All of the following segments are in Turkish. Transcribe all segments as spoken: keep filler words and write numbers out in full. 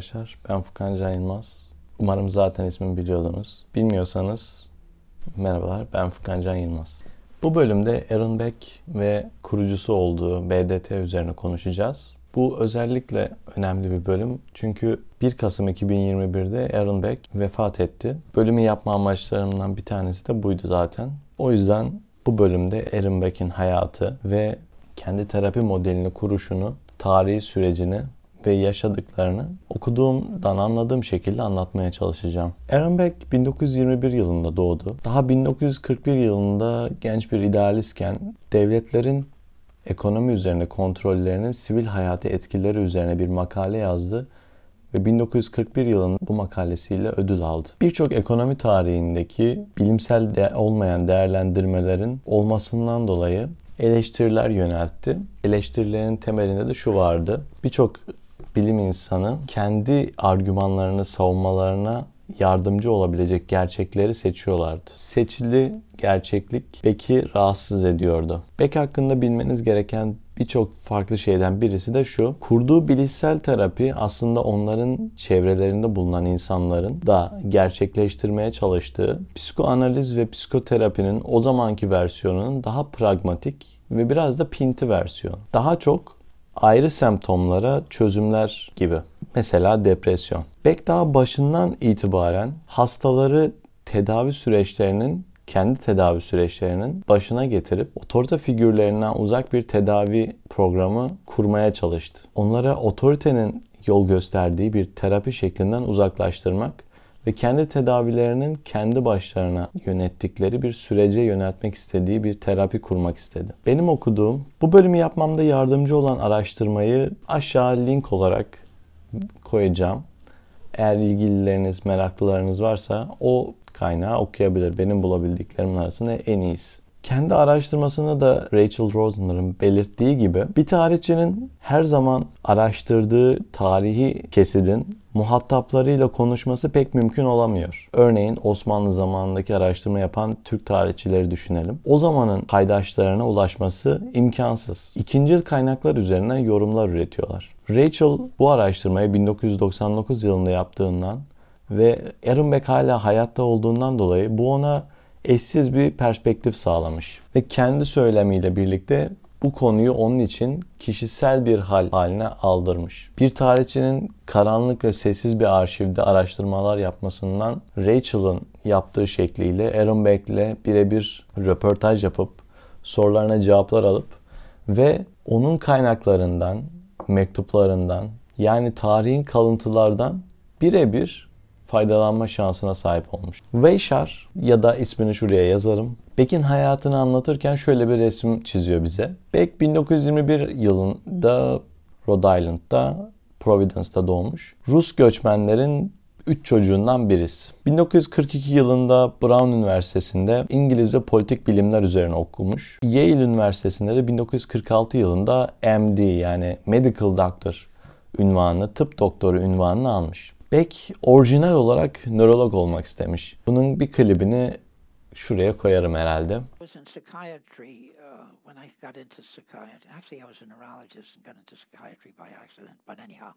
arkadaşlar. Ben Furkan Can Yılmaz. Umarım zaten ismimi biliyordunuz. Bilmiyorsanız merhabalar, ben Furkan Can Yılmaz. Bu bölümde Aaron Beck ve kurucusu olduğu B D T üzerine konuşacağız. Bu özellikle önemli bir bölüm çünkü bir Kasım iki bin yirmi birde Aaron Beck vefat etti. Bölümü yapma amaçlarımdan bir tanesi de buydu zaten. O yüzden bu bölümde Aaron Beck'in hayatı ve kendi terapi modelini kuruşunu, tarihi sürecini ve yaşadıklarını okuduğumdan anladığım şekilde anlatmaya çalışacağım. Aaron Beck bin dokuz yüz yirmi bir yılında doğdu. Daha bin dokuz yüz kırk bir yılında genç bir idealistken devletlerin ekonomi üzerine kontrollerinin sivil hayata etkileri üzerine bir makale yazdı ve bin dokuz yüz kırk bir yılında bu makalesiyle ödül aldı. Birçok ekonomi tarihindeki bilimsel de olmayan değerlendirmelerin olmasından dolayı eleştiriler yöneltti. Eleştirilerin temelinde de şu vardı: birçok bilim insanı kendi argümanlarını savunmalarına yardımcı olabilecek gerçekleri seçiyorlardı. Seçili gerçeklik Beck'i rahatsız ediyordu. Beck hakkında bilmeniz gereken birçok farklı şeyden birisi de şu: kurduğu bilişsel terapi aslında onların çevrelerinde bulunan insanların da gerçekleştirmeye çalıştığı psikoanaliz ve psikoterapinin o zamanki versiyonunun daha pragmatik ve biraz da pinti versiyonu. Daha çok ayrı semptomlara çözümler gibi. Mesela depresyon. Beck daha başından itibaren hastaları tedavi süreçlerinin, kendi tedavi süreçlerinin başına getirip otorite figürlerinden uzak bir tedavi programı kurmaya çalıştı. Onlara otoritenin yol gösterdiği bir terapi şeklinden uzaklaştırmak ve kendi tedavilerinin kendi başlarına yönettikleri bir sürece yöneltmek istediği bir terapi kurmak istedi. Benim okuduğum, bu bölümü yapmamda yardımcı olan araştırmayı aşağı link olarak koyacağım. Eğer ilgilileriniz, meraklılarınız varsa o kaynağı okuyabilir. Benim bulabildiklerimin arasında en iyisi. Kendi araştırmasında da Rachel Rosner'ın belirttiği gibi bir tarihçinin her zaman araştırdığı tarihi kesidin muhataplarıyla konuşması pek mümkün olamıyor. Örneğin Osmanlı zamanındaki araştırma yapan Türk tarihçileri düşünelim. O zamanın paydaşlarına ulaşması imkansız. İkincil kaynaklar üzerinden yorumlar üretiyorlar. Rachel bu araştırmayı bin dokuz yüz doksan dokuz yılında yaptığından ve Aaron Beck hala hayatta olduğundan dolayı bu ona eşsiz bir perspektif sağlamış. Ve kendi söylemiyle birlikte bu konuyu onun için kişisel bir hal haline aldırmış. Bir tarihçinin karanlık ve sessiz bir arşivde araştırmalar yapmasından Rachel'ın yaptığı şekliyle Aaron Beck'le birebir röportaj yapıp sorularına cevaplar alıp ve onun kaynaklarından, mektuplarından, yani tarihin kalıntılardan birebir faydalanma şansına sahip olmuş. Weishar, ya da ismini şuraya yazarım, Beck'in hayatını anlatırken şöyle bir resim çiziyor bize. Beck bin dokuz yüz yirmi bir yılında Rhode Island'da, Providence'da doğmuş. Rus göçmenlerin üç çocuğundan birisi. bin dokuz yüz kırk iki yılında Brown Üniversitesi'nde İngiliz ve politik bilimler üzerine okumuş. Yale Üniversitesi'nde de bin dokuz yüz kırk altı yılında M D, yani Medical Doctor ünvanını, tıp doktoru ünvanını almış. Beck orijinal olarak nörolog olmak istemiş. Bunun bir klibini şuraya koyarım herhalde. I was in psychiatry uh, when I got into psychiatry. Actually, I was a neurologist and got into psychiatry by accident. But anyhow,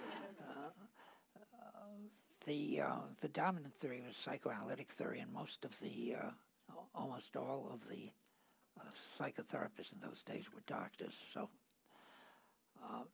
uh, uh, the uh, the dominant theory was psychoanalytic theory, and most of the, uh, almost all of the uh, psychotherapists in those days were doctors. So. Uh,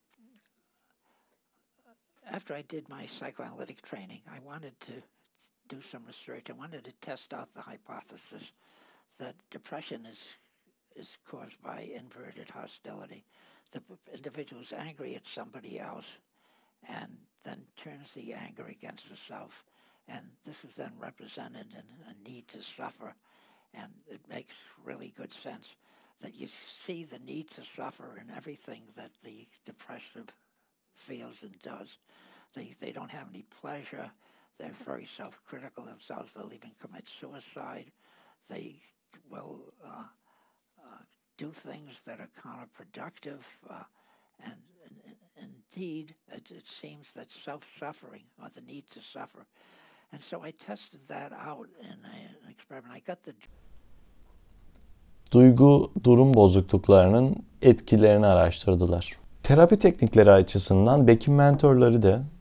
After I did my psychoanalytic training, I wanted to do some research. I wanted to test out the hypothesis that depression is is caused by inverted hostility. The individual is angry at somebody else and then turns the anger against herself. And this is then represented in a need to suffer. And it makes really good sense that you see the need to suffer in everything that the depressive feels and does. They they don't have any pleasure. They're very self-critical themselves. They'll even commit suicide. They will uh, uh, do things that are counterproductive. Uh, and, and, and indeed, it, it seems that self-suffering or the need to suffer. And so I tested that out in a, an experiment. I got the Duygu durum bozukluklarının etkilerini araştırdılar. Terapi teknikleri açısından Beck'in mentorları da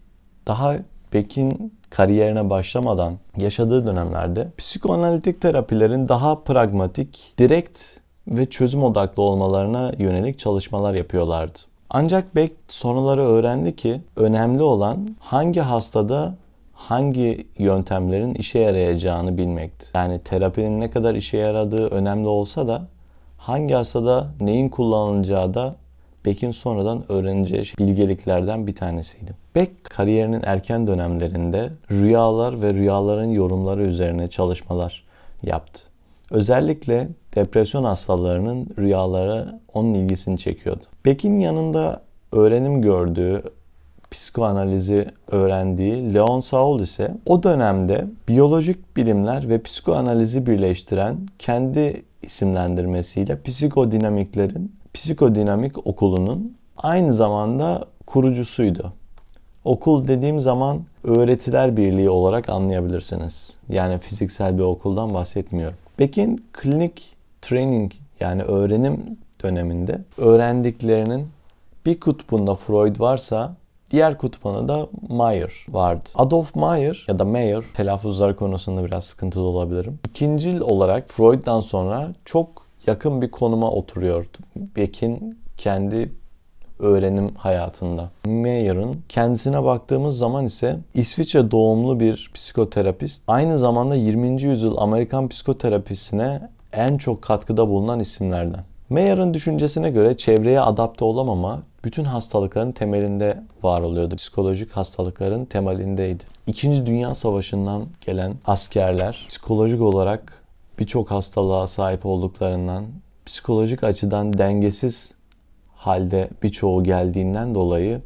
Daha Beck'in kariyerine başlamadan yaşadığı dönemlerde psikoanalitik terapilerin daha pragmatik, direkt ve çözüm odaklı olmalarına yönelik çalışmalar yapıyorlardı. Ancak Beck sonraları öğrendi ki önemli olan hangi hastada hangi yöntemlerin işe yarayacağını bilmekti. Yani terapinin ne kadar işe yaradığı önemli olsa da hangi hastada neyin kullanılacağı da Beck'in sonradan öğreneceği bilgeliklerden bir tanesiydi. Beck kariyerinin erken dönemlerinde rüyalar ve rüyaların yorumları üzerine çalışmalar yaptı. Özellikle depresyon hastalarının rüyaları onun ilgisini çekiyordu. Beck'in yanında öğrenim gördüğü, psikoanalizi öğrendiği Leon Saul ise o dönemde biyolojik bilimler ve psikoanalizi birleştiren kendi isimlendirmesiyle psikodinamiklerin, psikodinamik okulunun aynı zamanda kurucusuydu. Okul dediğim zaman öğretiler birliği olarak anlayabilirsiniz. Yani fiziksel bir okuldan bahsetmiyorum. Beck'in klinik training yani öğrenim döneminde öğrendiklerinin bir kutbunda Freud varsa diğer kutbunda da Meyer vardı. Adolf Meyer ya da Meyer, telaffuzlar konusunda biraz sıkıntılı olabilirim. İkincil olarak Freud'dan sonra çok yakın bir konuma oturuyordu. Beck'in kendi öğrenim hayatında. Meyer'ın kendisine baktığımız zaman ise İsviçre doğumlu bir psikoterapist. Aynı zamanda yirminci yüzyıl Amerikan psikoterapisine en çok katkıda bulunan isimlerden. Meyer'ın düşüncesine göre çevreye adapte olamama bütün hastalıkların temelinde var oluyordu. Psikolojik hastalıkların temelindeydi. İkinci Dünya Savaşı'ndan gelen askerler psikolojik olarak birçok hastalığa sahip olduklarından, psikolojik açıdan dengesiz halde birçoğu geldiğinden dolayı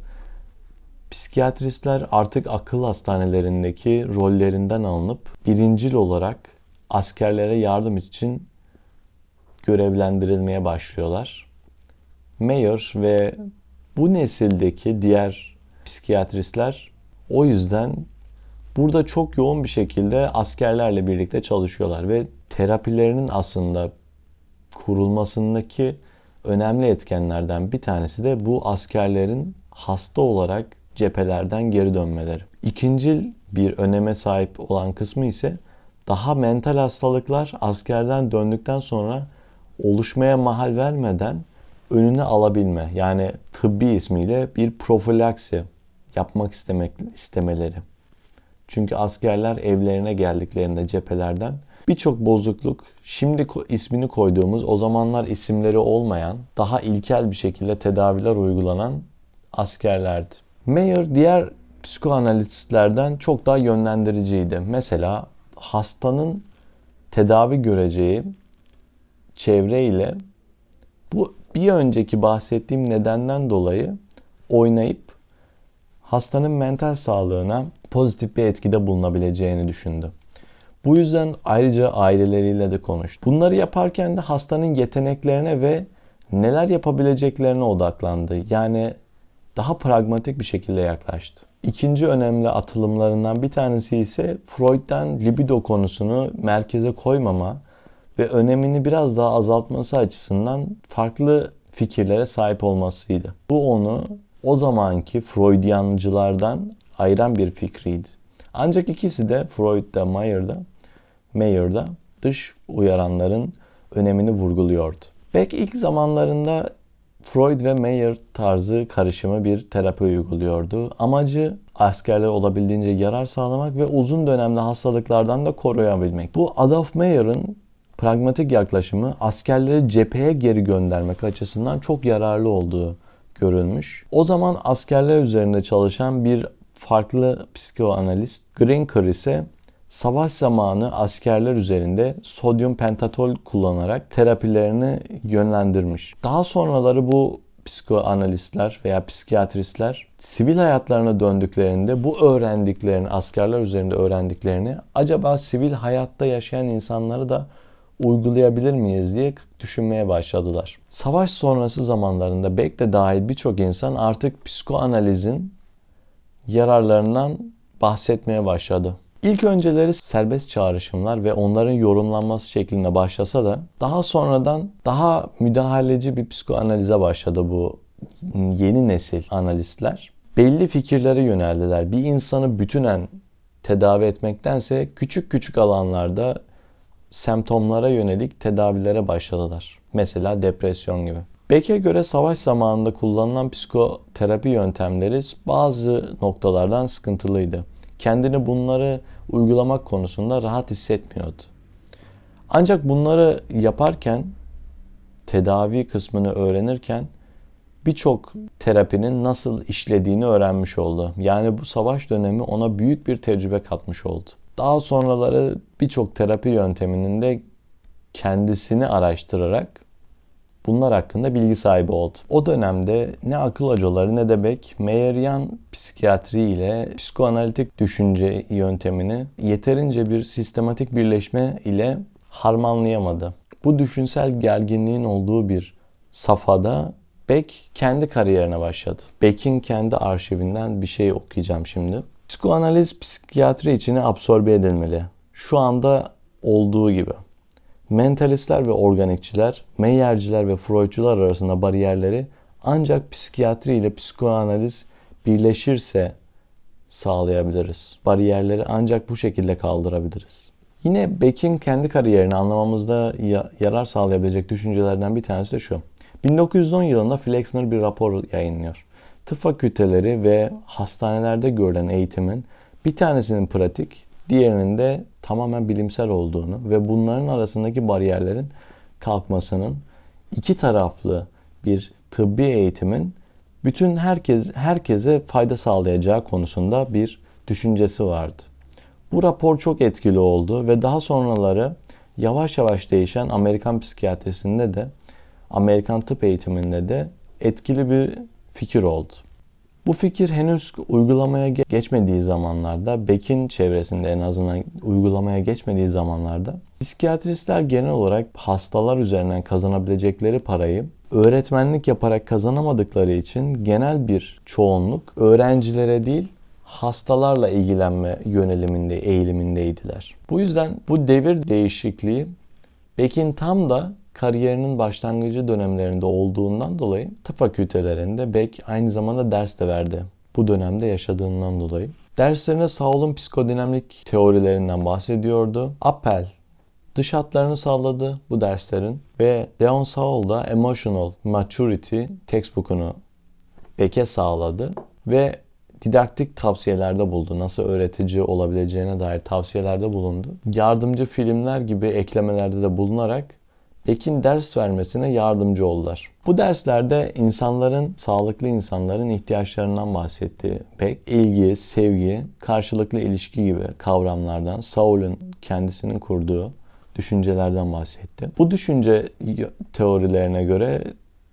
psikiyatristler artık akıl hastanelerindeki rollerinden alınıp birincil olarak askerlere yardım için görevlendirilmeye başlıyorlar. Meyer ve bu nesildeki diğer psikiyatristler o yüzden burada çok yoğun bir şekilde askerlerle birlikte çalışıyorlar ve terapilerinin aslında kurulmasındaki önemli etkenlerden bir tanesi de bu askerlerin hasta olarak cephelerden geri dönmeleri. İkincil bir öneme sahip olan kısmı ise daha mental hastalıklar askerden döndükten sonra oluşmaya mahal vermeden önüne alabilme. Yani tıbbi ismiyle bir profilaksi yapmak istemek istemeleri. Çünkü askerler evlerine geldiklerinde cephelerden birçok bozukluk, şimdi ismini koyduğumuz, o zamanlar isimleri olmayan, daha ilkel bir şekilde tedaviler uygulanan askerlerdi. Meyer diğer psikoanalistlerden çok daha yönlendiriciydi. Mesela hastanın tedavi göreceği çevre ile bu bir önceki bahsettiğim nedenden dolayı oynayıp hastanın mental sağlığına pozitif bir etkide bulunabileceğini düşündü. Bu yüzden ayrıca aileleriyle de konuştu. Bunları yaparken de hastanın yeteneklerine ve neler yapabileceklerine odaklandı. Yani daha pragmatik bir şekilde yaklaştı. İkinci önemli atılımlarından bir tanesi ise Freud'dan libido konusunu merkeze koymama ve önemini biraz daha azaltması açısından farklı fikirlere sahip olmasıydı. Bu onu o zamanki Freudiyancılardan ayıran bir fikriydi. Ancak ikisi de Freud'da, Meyer'da, Meyer'da dış uyaranların önemini vurguluyordu. Beck ilk zamanlarında Freud ve Meyer tarzı karışımı bir terapi uyguluyordu. Amacı askerler olabildiğince yarar sağlamak ve uzun dönemli hastalıklardan da koruyabilmek. Bu Adolf Meyer'ın pragmatik yaklaşımı askerleri cepheye geri göndermek açısından çok yararlı olduğu görülmüş. O zaman askerler üzerinde çalışan bir farklı psikoanalist Grinker ise savaş zamanı askerler üzerinde sodyum pentatol kullanarak terapilerini yönlendirmiş. Daha sonraları bu psikoanalistler veya psikiyatristler sivil hayatlarına döndüklerinde bu öğrendiklerini, askerler üzerinde öğrendiklerini acaba sivil hayatta yaşayan insanları da uygulayabilir miyiz diye düşünmeye başladılar. Savaş sonrası zamanlarında Beck de dahil birçok insan artık psikoanalizin yararlarından bahsetmeye başladı. İlk önceleri serbest çağrışımlar ve onların yorumlanması şeklinde başlasa da daha sonradan daha müdahaleci bir psikoanalize başladı bu yeni nesil analistler. belli fikirlere yöneldiler. Bir insanı bütünen tedavi etmektense küçük küçük alanlarda semptomlara yönelik tedavilere başladılar. Mesela depresyon gibi. Beck'e göre savaş zamanında kullanılan psikoterapi yöntemleri bazı noktalardan sıkıntılıydı. Kendini bunları uygulamak konusunda rahat hissetmiyordu. Ancak bunları yaparken, tedavi kısmını öğrenirken birçok terapinin nasıl işlediğini öğrenmiş oldu. Yani bu savaş dönemi ona büyük bir tecrübe katmış oldu. Daha sonraları birçok terapi yönteminin de kendisini araştırarak bunlar hakkında bilgi sahibi oldu. O dönemde ne akıl hocaları ne de Beck, Meyerian psikiyatri ile psikoanalitik düşünce yöntemini yeterince bir sistematik birleşme ile harmanlayamadı. Bu düşünsel gerginliğin olduğu bir safhada Beck kendi kariyerine başladı. Beck'in kendi arşivinden bir şey okuyacağım şimdi. Psikoanaliz psikiyatri içine absorbe edilmeli. Şu anda olduğu gibi. Mentalistler ve organikçiler, Meyerciler ve Freudcular arasında bariyerleri ancak psikiyatri ile psikoanaliz birleşirse sağlayabiliriz. Bariyerleri ancak bu şekilde kaldırabiliriz. Yine Beck'in kendi kariyerini anlamamızda yarar sağlayabilecek düşüncelerden bir tanesi de şu. bin dokuz yüz on yılında Flexner bir rapor yayınlıyor. Tıp fakülteleri ve hastanelerde görülen eğitimin bir tanesinin pratik, diğerinin de tamamen bilimsel olduğunu ve bunların arasındaki bariyerlerin kalkmasının iki taraflı bir tıbbi eğitimin bütün herkes herkese fayda sağlayacağı konusunda bir düşüncesi vardı. Bu rapor çok etkili oldu ve daha sonraları yavaş yavaş değişen Amerikan psikiyatrisinde de Amerikan tıp eğitiminde de etkili bir fikir oldu. Bu fikir henüz uygulamaya geçmediği zamanlarda, Beck'in çevresinde en azından uygulamaya geçmediği zamanlarda psikiyatristler genel olarak hastalar üzerinden kazanabilecekleri parayı öğretmenlik yaparak kazanamadıkları için genel bir çoğunluk öğrencilere değil hastalarla ilgilenme yöneliminde, eğilimindeydiler. Bu yüzden bu devir değişikliği Beck'in tam da kariyerinin başlangıcı dönemlerinde olduğundan dolayı tıp fakültelerinde Beck aynı zamanda ders de verdi. Bu dönemde yaşadığından dolayı. Derslerine Sowell'un psikodinamik teorilerinden bahsediyordu. Appel dış hatlarını sağladı bu derslerin ve Leon Sowell da Emotional Maturity textbook'unu Beck'e sağladı ve didaktik tavsiyelerde bulundu. Nasıl öğretici olabileceğine dair tavsiyelerde bulundu. Yardımcı filmler gibi eklemelerde de bulunarak Beck'in ders vermesine yardımcı oldular. Bu derslerde insanların, sağlıklı insanların ihtiyaçlarından bahsetti Beck. İlgi, sevgi, karşılıklı ilişki gibi kavramlardan, Sowell'un kendisinin kurduğu düşüncelerden bahsetti. Bu düşünce teorilerine göre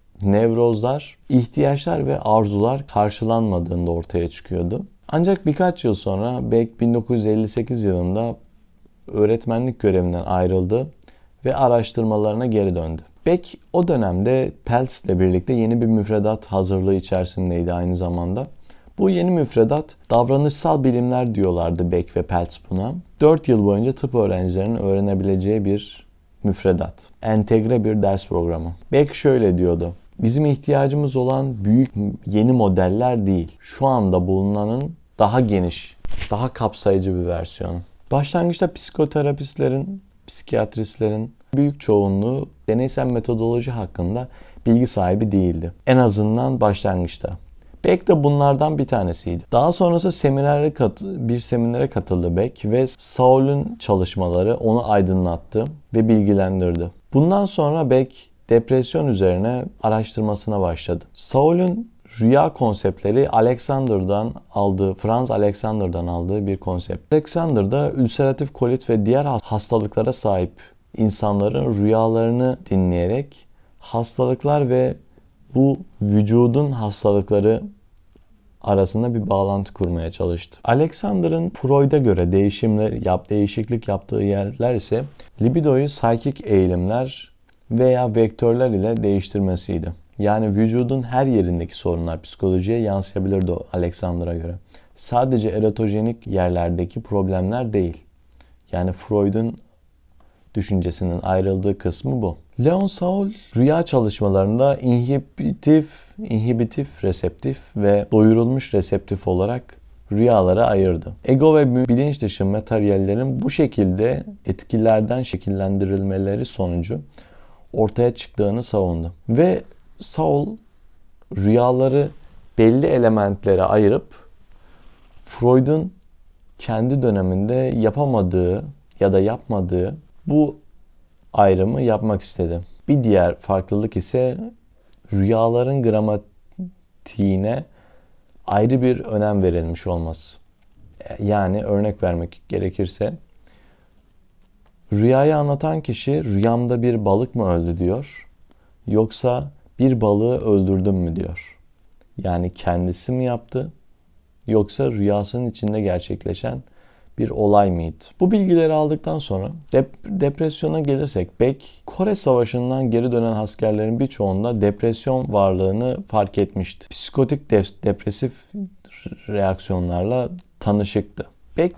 nevrozlar, ihtiyaçlar ve arzular karşılanmadığında ortaya çıkıyordu. Ancak birkaç yıl sonra Beck bin dokuz yüz elli sekiz yılında öğretmenlik görevinden ayrıldı ve araştırmalarına geri döndü. Beck o dönemde Peltz ile birlikte yeni bir müfredat hazırlığı içerisindeydi aynı zamanda. Bu yeni müfredat davranışsal bilimler diyorlardı Beck ve Peltz buna. dört yıl boyunca tıp öğrencilerinin öğrenebileceği bir müfredat. Entegre bir ders programı. Beck şöyle diyordu. Bizim ihtiyacımız olan büyük yeni modeller değil. Şu anda bulunanın daha geniş, daha kapsayıcı bir versiyonu. Başlangıçta psikoterapistlerin, psikiyatristlerin büyük çoğunluğu deneysel metodoloji hakkında bilgi sahibi değildi. En azından başlangıçta. Beck de bunlardan bir tanesiydi. Daha sonrası seminere kat, bir seminere katıldı Beck ve Sowell'un çalışmaları onu aydınlattı ve bilgilendirdi. Bundan sonra Beck depresyon üzerine araştırmasına başladı. Sowell'un rüya konseptleri Alexander'dan aldığı, Franz Alexander'dan aldığı bir konsept. Alexander da ülseratif kolit ve diğer hastalıklara sahip insanların rüyalarını dinleyerek hastalıklar ve bu vücudun hastalıkları arasında bir bağlantı kurmaya çalıştı. Alexander'ın Freud'a göre değişimler, yap, değişiklik yaptığı yerler ise libidoyu psikik eğilimler veya vektörler ile değiştirmesiydi. Yani vücudun her yerindeki sorunlar psikolojiye yansıyabilirdi Alexander'a göre. Sadece erotojenik yerlerdeki problemler değil. Yani Freud'un düşüncesinin ayrıldığı kısmı bu. Leon Saul rüya çalışmalarında inhibitif, inhibitif reseptif ve doyurulmuş reseptif olarak rüyalara ayırdı. Ego ve bilinç dışı materyallerin bu şekilde etkilerden şekillendirilmeleri sonucu ortaya çıktığını savundu. Ve Saul rüyaları belli elementlere ayırıp Freud'un kendi döneminde yapamadığı ya da yapmadığı bu ayrımı yapmak istedi. Bir diğer farklılık ise rüyaların gramatiğine ayrı bir önem verilmiş olması. Yani örnek vermek gerekirse rüyayı anlatan kişi rüyamda bir balık mı öldü diyor yoksa bir balığı öldürdüm mü diyor. Yani kendisi mi yaptı yoksa rüyasının içinde gerçekleşen bir olay mıydı? Bu bilgileri aldıktan sonra dep- depresyona gelirsek Beck, Kore Savaşı'ndan geri dönen askerlerin birçoğunda depresyon varlığını fark etmişti. Psikotik de- depresif reaksiyonlarla tanışıktı. Beck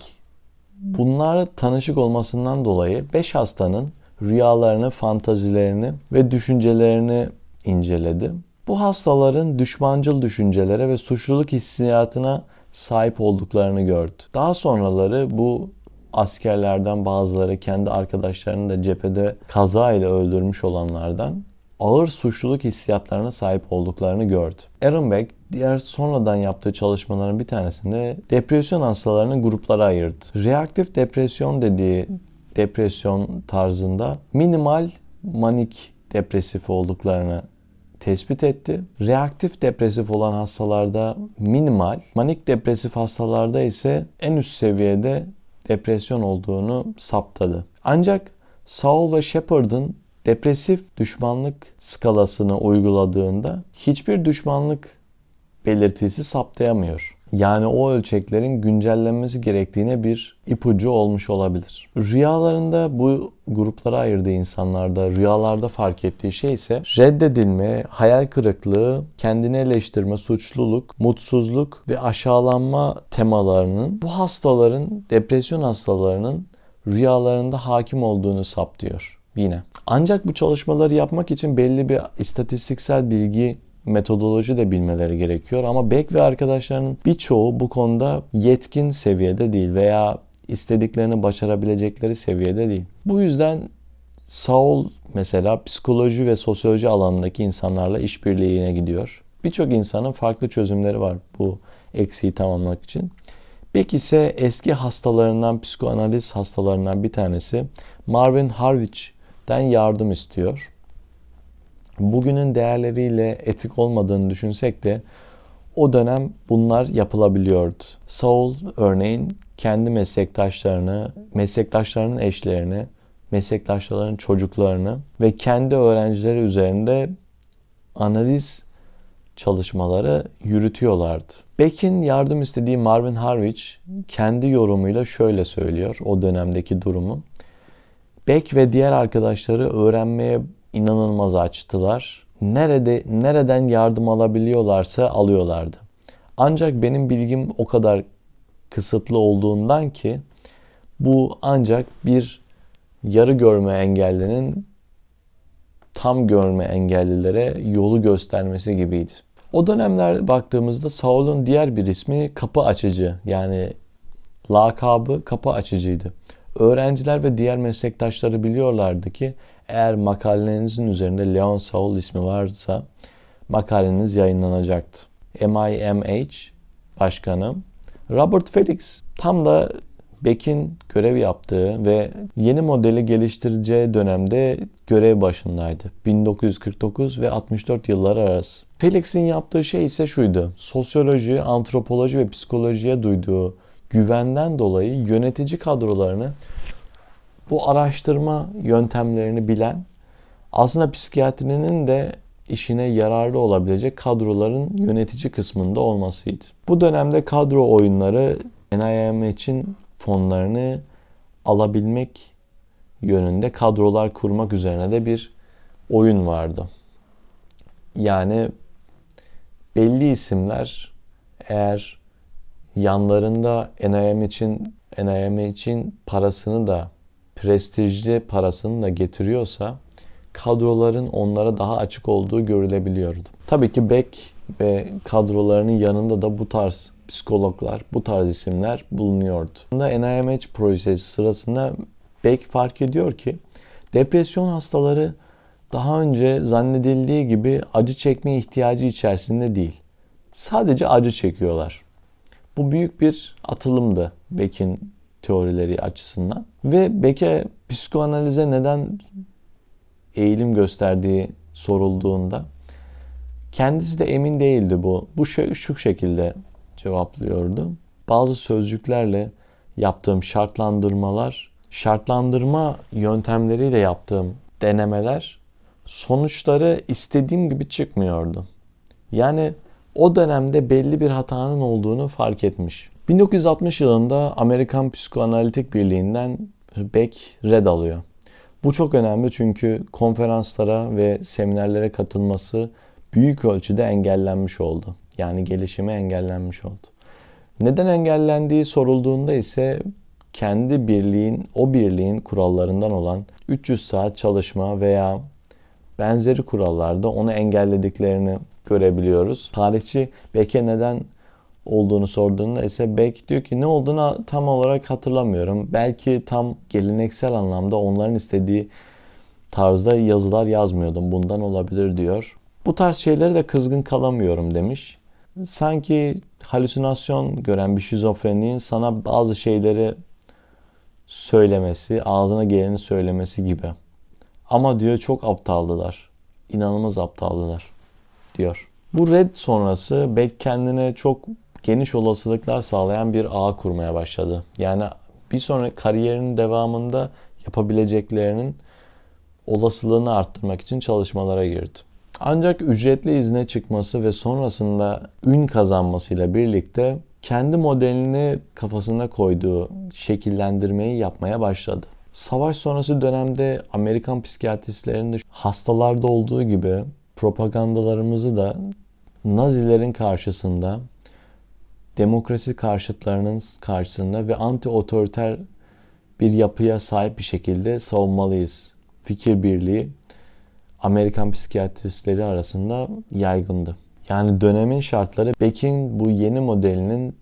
bunlar tanışık olmasından dolayı beş hastanın rüyalarını, fantazilerini ve düşüncelerini inceledi. Bu hastaların düşmancıl düşüncelere ve suçluluk hissiyatına sahip olduklarını gördü. Daha sonraları bu askerlerden bazıları kendi arkadaşlarını da cephede kaza ile öldürmüş olanlardan ağır suçluluk hissiyatlarına sahip olduklarını gördü. Aaron Beck diğer sonradan yaptığı çalışmaların bir tanesinde depresyon hastalarını gruplara ayırdı. Reaktif depresyon dediği depresyon tarzında minimal manik depresif olduklarını tespit etti. Reaktif depresif olan hastalarda minimal, manik depresif hastalarda ise en üst seviyede depresyon olduğunu saptadı. Ancak Saul ve Shepard'ın depresif düşmanlık skalasını uyguladığında hiçbir düşmanlık belirtisi saptayamıyor. Yani o ölçeklerin güncellenmesi gerektiğine bir ipucu olmuş olabilir. Rüyalarında bu gruplara ayırdığı insanlarda rüyalarda fark ettiği şey ise reddedilme, hayal kırıklığı, kendini eleştirme, suçluluk, mutsuzluk ve aşağılanma temalarının bu hastaların, depresyon hastalarının rüyalarında hakim olduğunu saptıyor yine. Ancak bu çalışmaları yapmak için belli bir istatistiksel bilgi, metodoloji de bilmeleri gerekiyor ama Beck ve arkadaşlarının birçoğu bu konuda yetkin seviyede değil veya istediklerini başarabilecekleri seviyede değil. Bu yüzden Saul mesela psikoloji ve sosyoloji alanındaki insanlarla işbirliğine gidiyor. Birçok insanın farklı çözümleri var bu eksiği tamamlamak için. Beck ise eski hastalarından, psikoanaliz hastalarından bir tanesi Marvin Harwich'ten yardım istiyor. Bugünün değerleriyle etik olmadığını düşünsek de o dönem bunlar yapılabiliyordu. Saul örneğin kendi meslektaşlarını, meslektaşlarının eşlerini, meslektaşlarının çocuklarını ve kendi öğrencileri üzerinde analiz çalışmaları yürütüyorlardı. Beck'in yardım istediği Marvin Harwich kendi yorumuyla şöyle söylüyor o dönemdeki durumu. Beck ve diğer arkadaşları öğrenmeye inanılmaz açtılar. Nerede, nereden yardım alabiliyorlarsa alıyorlardı. Ancak benim bilgim o kadar kısıtlı olduğundan ki bu ancak bir yarı görme engellinin tam görme engellilere yolu göstermesi gibiydi. O dönemler baktığımızda Saul'un diğer bir ismi kapı açıcı, yani lakabı kapı açıcıydı. Öğrenciler ve diğer meslektaşları biliyorlardı ki eğer makalenizin üzerinde Leon Saul ismi varsa makaleniz yayınlanacaktı. M I M H Başkanı Robert Felix tam da Beck'in görev yaptığı ve yeni modeli geliştireceği dönemde görev başındaydı. bin dokuz yüz kırk dokuz ve altmış dört yılları arası. Felix'in yaptığı şey ise şuydu. Sosyoloji, antropoloji ve psikolojiye duyduğu güvenden dolayı yönetici kadrolarını, bu araştırma yöntemlerini bilen, aslında psikiyatrinin de işine yararlı olabilecek kadroların yönetici kısmında olmasıydı. Bu dönemde kadro oyunları N I M H'in fonlarını alabilmek yönünde kadrolar kurmak üzerine de bir oyun vardı. Yani belli isimler eğer yanlarında N I M için N I M için parasını da, prestijli parasını da getiriyorsa kadroların onlara daha açık olduğu görülebiliyordu. Tabii ki Beck ve kadrolarının yanında da bu tarz psikologlar, bu tarz isimler bulunuyordu. N I M H projesi sırasında Beck fark ediyor ki depresyon hastaları daha önce zannedildiği gibi acı çekme ihtiyacı içerisinde değil. Sadece acı çekiyorlar. Bu büyük bir atılımdı Beck'in teorileri açısından. Ve Beck'e psikoanalize neden eğilim gösterdiği sorulduğunda kendisi de emin değildi bu. Bu şu, şu şekilde cevaplıyordu. Bazı sözcüklerle yaptığım şartlandırmalar, şartlandırma yöntemleriyle yaptığım denemeler sonuçları istediğim gibi çıkmıyordu. Yani o dönemde belli bir hatanın olduğunu fark etmiş. bin dokuz yüz altmış yılında Amerikan Psikoanalitik Birliği'nden Beck red alıyor. Bu çok önemli çünkü konferanslara ve seminerlere katılması büyük ölçüde engellenmiş oldu. Yani gelişimi engellenmiş oldu. Neden engellendiği sorulduğunda ise kendi birliğin, o birliğin kurallarından olan üç yüz saat çalışma veya benzeri kurallarda onu engellediklerini görebiliyoruz. Tarihçi Beck'e neden olduğunu sorduğunda ise Beck diyor ki ne olduğunu tam olarak hatırlamıyorum. Belki tam geleneksel anlamda onların istediği tarzda yazılar yazmıyordum. Bundan olabilir diyor. Bu tarz şeyleri de kızgın kalamıyorum demiş. Sanki halüsinasyon gören bir şizofrenliğin sana bazı şeyleri söylemesi, ağzına geleni söylemesi gibi. Ama diyor çok aptaldılar. İnanılmaz aptaldılar diyor. Bu red sonrası Beck kendine çok geniş olasılıklar sağlayan bir ağ kurmaya başladı. Yani bir sonraki kariyerinin devamında yapabileceklerinin olasılığını arttırmak için çalışmalara girdi. Ancak ücretli izne çıkması ve sonrasında ün kazanmasıyla birlikte kendi modelini kafasına koyduğu şekillendirmeyi yapmaya başladı. Savaş sonrası dönemde Amerikan psikiyatristlerinde hastalarda olduğu gibi propagandalarımızı da Nazilerin karşısında, demokrasi karşıtlarının karşısında ve anti-otoriter bir yapıya sahip bir şekilde savunmalıyız. Fikir birliği Amerikan psikiyatristleri arasında yaygındı. Yani dönemin şartları Beck'in bu yeni modelinin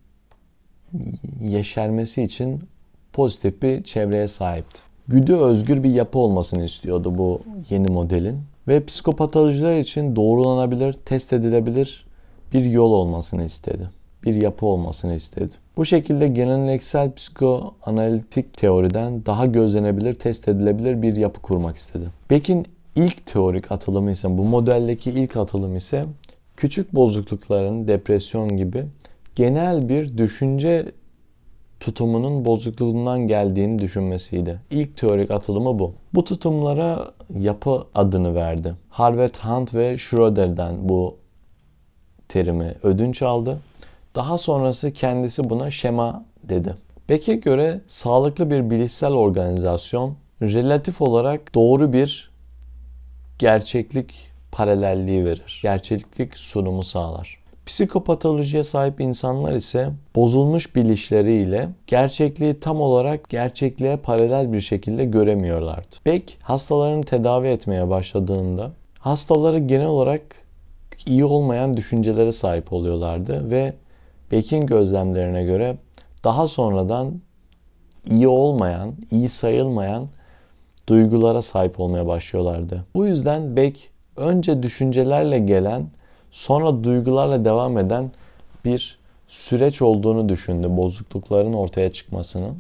yeşermesi için pozitif bir çevreye sahipti. Güdü özgür bir yapı olmasını istiyordu bu yeni modelin. Ve psikopatolojiler için doğrulanabilir, test edilebilir bir yol olmasını istedi. Bir yapı olmasını istedi. Bu şekilde geleneksel psikoanalitik teoriden daha gözlenebilir, test edilebilir bir yapı kurmak istedi. Beck'in ilk teorik atılımı ise, bu modeldeki ilk atılım ise küçük bozuklukların, depresyon gibi genel bir düşünce tutumunun bozukluğundan geldiğini düşünmesiydi. İlk teorik atılımı bu. Bu tutumlara yapı adını verdi. Harvey Hunt ve Schroeder'den bu terimi ödünç aldı. Daha sonrası kendisi buna şema dedi. Beck'e göre sağlıklı bir bilişsel organizasyon relatif olarak doğru bir gerçeklik paralelliği verir. Gerçeklik sunumu sağlar. Psikopatolojiye sahip insanlar ise bozulmuş bilişleriyle gerçekliği tam olarak gerçekliğe paralel bir şekilde göremiyorlardı. Beck hastalarını tedavi etmeye başladığında hastaları genel olarak iyi olmayan düşüncelere sahip oluyorlardı ve Beck'in gözlemlerine göre daha sonradan iyi olmayan, iyi sayılmayan duygulara sahip olmaya başlıyorlardı. Bu yüzden Beck önce düşüncelerle gelen, sonra duygularla devam eden bir süreç olduğunu düşündü bozuklukların ortaya çıkmasının.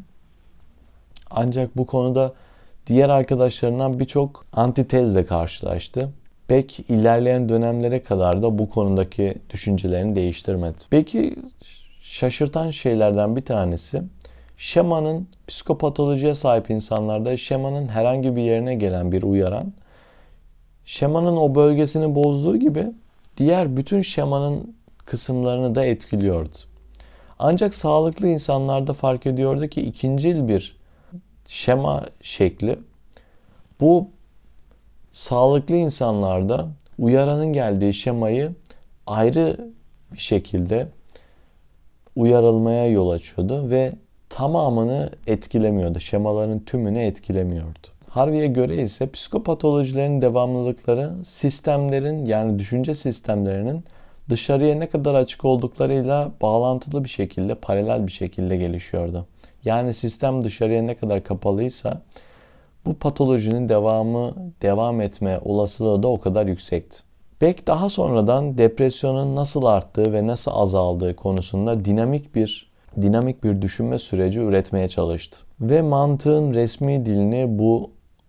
Ancak bu konuda diğer arkadaşlarından birçok antitezle karşılaştı. Beck ilerleyen dönemlere kadar da bu konudaki düşüncelerini değiştirmedi. Beck'i şaşırtan şeylerden bir tanesi, şemanın psikopatolojiye sahip insanlarda şemanın herhangi bir yerine gelen bir uyaran, şemanın o bölgesini bozduğu gibi diğer bütün şemanın kısımlarını da etkiliyordu. Ancak sağlıklı insanlarda fark ediyordu ki ikincil bir şema şekli bu sağlıklı insanlarda uyaranın geldiği şemayı ayrı bir şekilde uyarılmaya yol açıyordu ve tamamını etkilemiyordu. Şemaların tümünü etkilemiyordu. Harvey'e göre ise psikopatolojilerin devamlılıkları sistemlerin yani düşünce sistemlerinin dışarıya ne kadar açık olduklarıyla bağlantılı bir şekilde, paralel bir şekilde gelişiyordu. Yani sistem dışarıya ne kadar kapalıysa bu patolojinin devamı, devam etme olasılığı da o kadar yüksekti. Beck daha sonradan depresyonun nasıl arttığı ve nasıl azaldığı konusunda dinamik bir dinamik bir düşünme süreci üretmeye çalıştı. Ve mantığın resmi dilini bu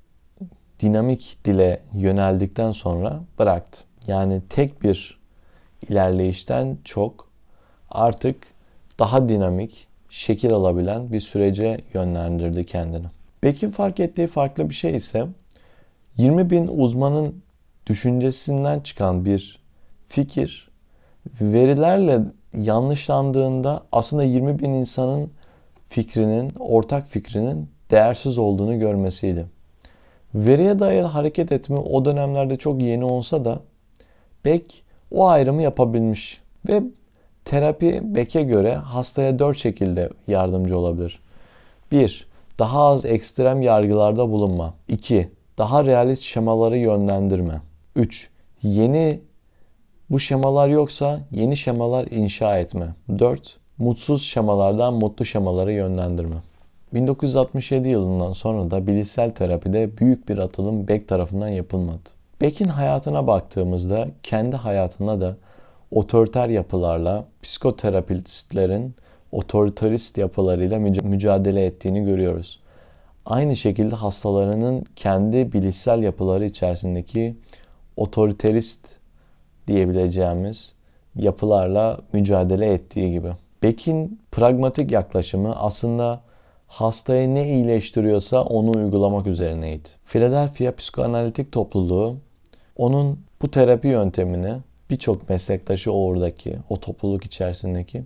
dinamik dile yöneldikten sonra bıraktı. Yani tek bir ilerleyişten çok artık daha dinamik, şekil alabilen bir sürece yönlendirdi kendini. Beck'in fark ettiği farklı bir şey ise yirmi bin uzmanın düşüncesinden çıkan bir fikir verilerle yanlışlandığında aslında yirmi bin insanın fikrinin, ortak fikrinin değersiz olduğunu görmesiydi. Veriye dayalı hareket etme o dönemlerde çok yeni olsa da Beck o ayrımı yapabilmiş ve terapi Beck'e göre hastaya dört şekilde yardımcı olabilir. bir Daha az ekstrem yargılarda bulunma. iki Daha realist şemaları yönlendirme. üç Yeni bu şemalar yoksa yeni şemalar inşa etme. dört Mutsuz şemalardan mutlu şemaları yönlendirme. bin dokuz yüz altmış yedi yılından sonra da bilişsel terapide büyük bir atılım Beck tarafından yapılmadı. Beck'in hayatına baktığımızda kendi hayatında da otoriter yapılarla psikoterapistlerin otoritarist yapılarıyla mücadele ettiğini görüyoruz. Aynı şekilde hastalarının kendi bilişsel yapıları içerisindeki otoriterist diyebileceğimiz yapılarla mücadele ettiği gibi. Beck'in pragmatik yaklaşımı aslında hastayı ne iyileştiriyorsa onu uygulamak üzerineydi. Philadelphia Psikoanalitik Topluluğu onun bu terapi yöntemini birçok meslektaşı oradaki, o topluluk içerisindeki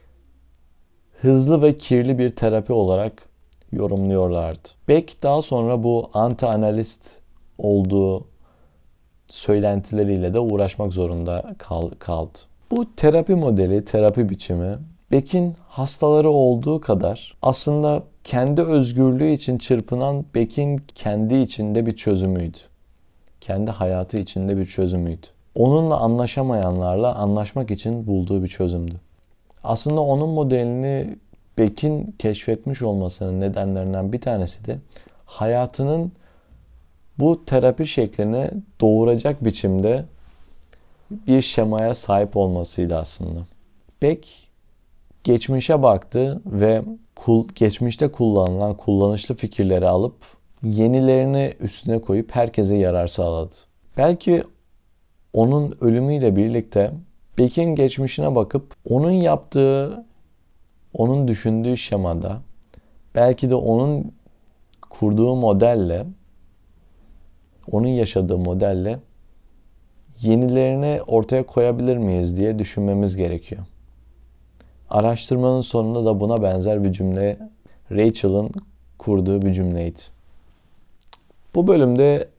hızlı ve kirli bir terapi olarak yorumluyorlardı. Beck daha sonra bu anti-analist olduğu söylentileriyle de uğraşmak zorunda kal- kaldı. Bu terapi modeli, terapi biçimi Beck'in hastaları olduğu kadar aslında kendi özgürlüğü için çırpınan Beck'in kendi içinde bir çözümüydü. Kendi hayatı içinde bir çözümüydü. Onunla anlaşamayanlarla anlaşmak için bulduğu bir çözümdü. Aslında onun modelini Beck'in keşfetmiş olmasının nedenlerinden bir tanesi de hayatının bu terapi şeklini doğuracak biçimde bir şemaya sahip olmasıydı aslında. Beck geçmişe baktı ve geçmişte kullanılan kullanışlı fikirleri alıp yenilerini üstüne koyup herkese yarar sağladı. Belki onun ölümüyle birlikte Beck'in geçmişine bakıp onun yaptığı, onun düşündüğü şemada belki de onun kurduğu modelle, onun yaşadığı modelle yenilerini ortaya koyabilir miyiz diye düşünmemiz gerekiyor. Araştırmanın sonunda da buna benzer bir cümle Rachel'ın kurduğu bir cümleydi. Bu bölümde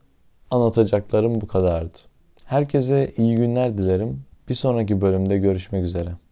anlatacaklarım bu kadardı. Herkese iyi günler dilerim. Bir sonraki bölümde görüşmek üzere.